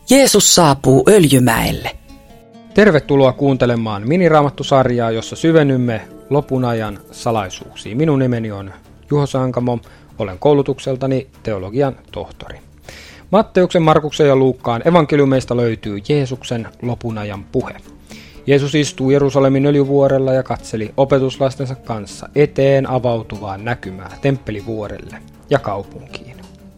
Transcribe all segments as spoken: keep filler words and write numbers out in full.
Jeesus saapuu Öljymäelle. Tervetuloa kuuntelemaan miniraamattusarjaa, jossa syvennymme lopun ajan salaisuuksiin. Minun nimeni on Juho Sankamo, olen koulutukseltani teologian tohtori. Matteuksen, Markuksen ja Luukkaan evankeliumeista löytyy Jeesuksen lopun ajan puhe. Jeesus istuu Jerusalemin öljyvuorella ja katseli opetuslastensa kanssa eteen avautuvaan näkymää temppelivuorelle ja kaupunkiin.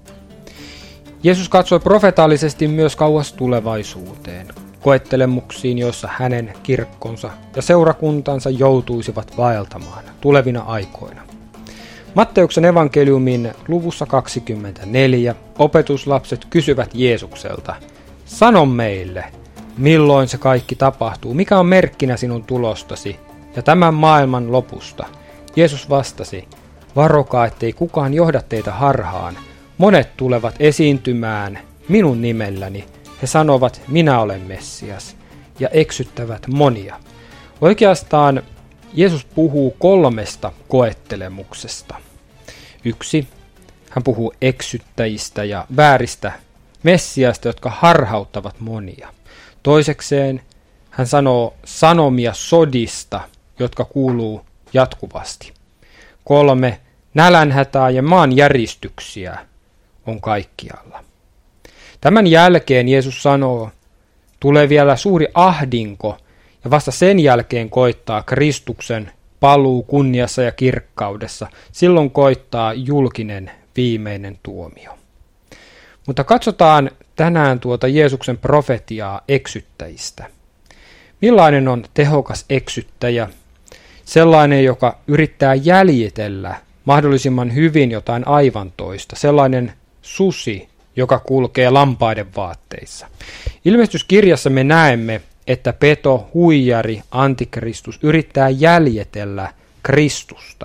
Jeesus katsoi profetaalisesti myös kauas tulevaisuuteen, koettelemuksiin, joissa hänen kirkkonsa ja seurakuntansa joutuisivat vaeltamaan tulevina aikoina. Matteuksen evankeliumin luvussa kaksikymmentäneljä opetuslapset kysyvät Jeesukselta, sano meille, milloin se kaikki tapahtuu, mikä on merkkinä sinun tulostasi ja tämän maailman lopusta. Jeesus vastasi, varokaa, ettei kukaan johda teitä harhaan. Monet tulevat esiintymään minun nimelläni. He sanovat, minä olen Messias, ja eksyttävät monia. Oikeastaan Jeesus puhuu kolmesta koettelemuksesta. Yksi, hän puhuu eksyttäjistä ja vääristä Messiasta, jotka harhauttavat monia. Toisekseen hän sanoo sanomia sodista, jotka kuuluu jatkuvasti. Kolme, nälänhätää ja maanjäristyksiä on kaikkialla. Tämän jälkeen Jeesus sanoo, tulee vielä suuri ahdinko ja vasta sen jälkeen koittaa Kristuksen paluu kunniassa ja kirkkaudessa. Silloin koittaa julkinen viimeinen tuomio. Mutta katsotaan tänään tuota Jeesuksen profetiaa eksyttäjistä. Millainen on tehokas eksyttäjä? Sellainen, joka yrittää jäljitellä mahdollisimman hyvin jotain aivan toista. Sellainen susi, joka kulkee lampaiden vaatteissa. Ilmestyskirjassa me näemme, että peto, huijari, antikristus yrittää jäljitellä Kristusta.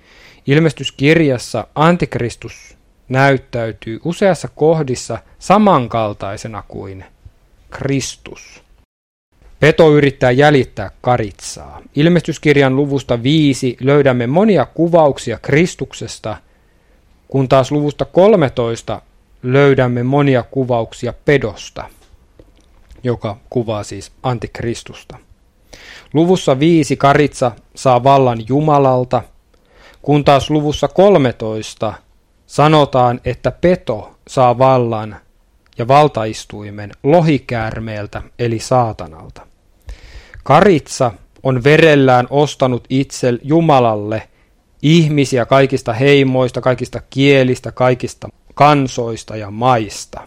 Ilmestyskirjassa antikristus näyttäytyy useassa kohdissa samankaltaisena kuin Kristus. Peto yrittää jäljittää karitsaa. Ilmestyskirjan luvusta viisi löydämme monia kuvauksia Kristuksesta, kun taas luvusta kolmetoista löydämme monia kuvauksia pedosta, joka kuvaa siis antikristusta. Luvussa viisi karitsa saa vallan Jumalalta, kun taas luvussa kolmetoista sanotaan, että peto saa vallan ja valtaistuimen lohikäärmeeltä eli saatanalta. Karitsa on verellään ostanut itse Jumalalle ihmisiä kaikista heimoista, kaikista kielistä, kaikista kansoista ja maista,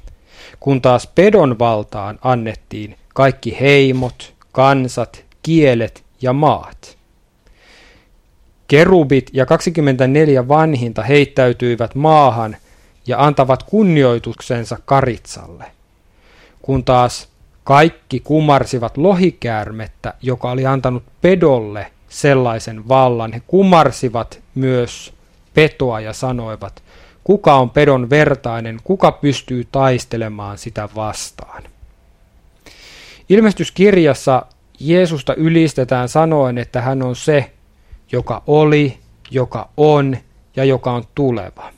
kun taas pedon valtaan annettiin kaikki heimot, kansat, kielet ja maat. Kerubit ja kaksikymmentäneljä vanhinta heittäytyivät maahan ja antavat kunnioituksensa karitsalle, kun taas kaikki kumarsivat lohikäärmettä, joka oli antanut pedolle sellaisen vallan. He kumarsivat myös petoa ja sanoivat, kuka on pedon vertainen, kuka pystyy taistelemaan sitä vastaan. Ilmestyskirjassa Jeesusta ylistetään sanoen, että hän on se, joka oli, joka on ja joka on tuleva.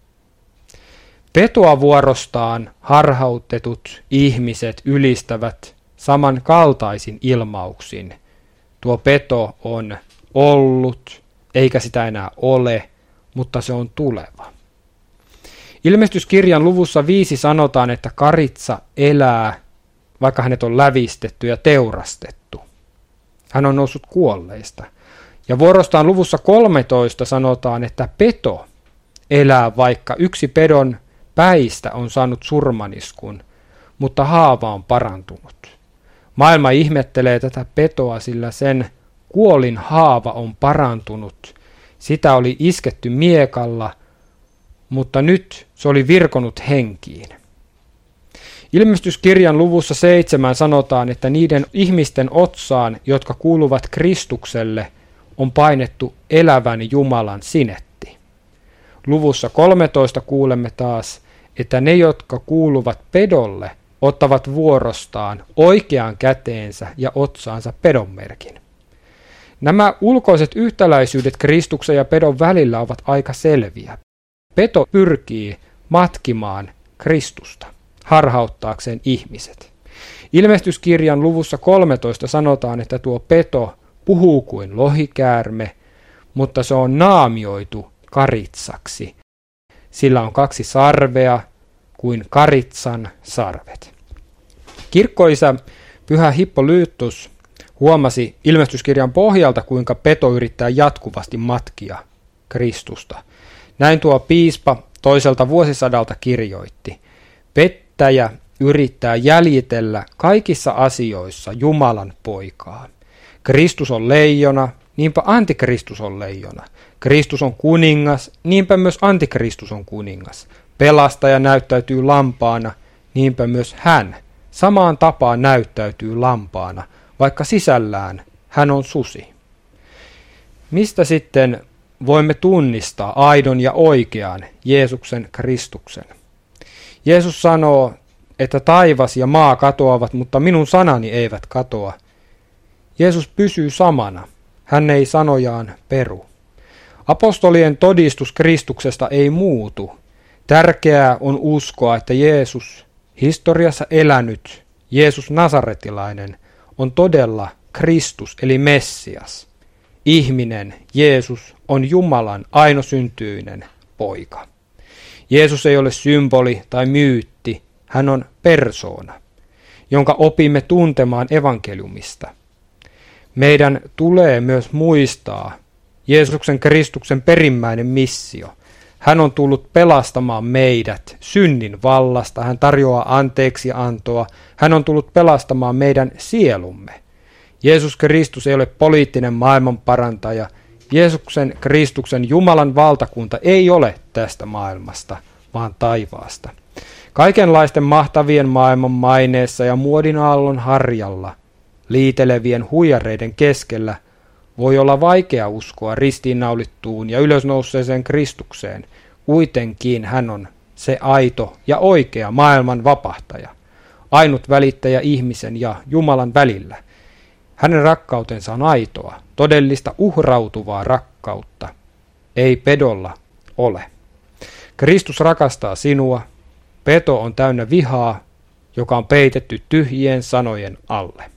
Petoa vuorostaan harhautetut ihmiset ylistävät samankaltaisin ilmauksin. Tuo peto on ollut, eikä sitä enää ole, mutta se on tuleva. Ilmestyskirjan luvussa viisi sanotaan, että karitsa elää, vaikka hänet on lävistetty ja teurastettu. Hän on noussut kuolleista. Ja vuorostaan luvussa kolmetoista sanotaan, että peto elää, vaikka yksi pedon päistä on saanut surmaniskun, mutta haava on parantunut. Maailma ihmettelee tätä petoa, sillä sen kuolin haava on parantunut. Sitä oli isketty miekalla, mutta nyt se oli virkonut henkiin. Ilmestyskirjan luvussa seitsemän sanotaan, että niiden ihmisten otsaan, jotka kuuluvat Kristukselle, on painettu elävän Jumalan sinetti. Luvussa kolmetoista kuulemme taas, että ne, jotka kuuluvat pedolle, ottavat vuorostaan oikeaan käteensä ja otsaansa pedonmerkin. Nämä ulkoiset yhtäläisyydet Kristuksen ja pedon välillä ovat aika selviä. Peto pyrkii matkimaan Kristusta, harhauttaakseen ihmiset. Ilmestyskirjan luvussa kolmetoista sanotaan, että tuo peto puhuu kuin lohikäärme, mutta se on naamioitu karitsaksi. Sillä on kaksi sarvea kuin karitsan sarvet. Kirkkoisä Pyhä Hippolytus huomasi ilmestyskirjan pohjalta, kuinka peto yrittää jatkuvasti matkia Kristusta. Näin tuo piispa toiselta vuosisadalta kirjoitti: pettäjä yrittää jäljitellä kaikissa asioissa Jumalan poikaa. Kristus on leijona, niinpä antikristus on leijona. Kristus on kuningas, niinpä myös antikristus on kuningas. Pelastaja näyttäytyy lampaana, niinpä myös hän samaan tapaan näyttäytyy lampaana, vaikka sisällään hän on susi. Mistä sitten voimme tunnistaa aidon ja oikean Jeesuksen Kristuksen? Jeesus sanoo, että taivas ja maa katoavat, mutta minun sanani eivät katoa. Jeesus pysyy samana. Hän ei sanojaan peru. Apostolien todistus Kristuksesta ei muutu. Tärkeää on uskoa, että Jeesus, historiassa elänyt Jeesus Nasaretilainen, on todella Kristus eli Messias. Ihminen, Jeesus, on Jumalan ainosyntyinen poika. Jeesus ei ole symboli tai myytti, hän on persoona, jonka opimme tuntemaan evankeliumista. Meidän tulee myös muistaa Jeesuksen Kristuksen perimmäinen missio. Hän on tullut pelastamaan meidät synnin vallasta, hän tarjoaa anteeksiantoa, hän on tullut pelastamaan meidän sielumme. Jeesus Kristus ei ole poliittinen maailmanparantaja. Jeesuksen Kristuksen Jumalan valtakunta ei ole tästä maailmasta, vaan taivaasta. Kaikenlaisten mahtavien maailman maineessa ja muodin aallon harjalla, liitelevien huijareiden keskellä, voi olla vaikea uskoa ristiinnaulittuun ja ylösnouseeseen Kristukseen. Kuitenkin hän on se aito ja oikea maailman vapahtaja, ainut välittäjä ihmisen ja Jumalan välillä. Hänen rakkautensa on aitoa, todellista uhrautuvaa rakkautta. Ei pedolla ole. Kristus rakastaa sinua. Peto on täynnä vihaa, joka on peitetty tyhjien sanojen alle.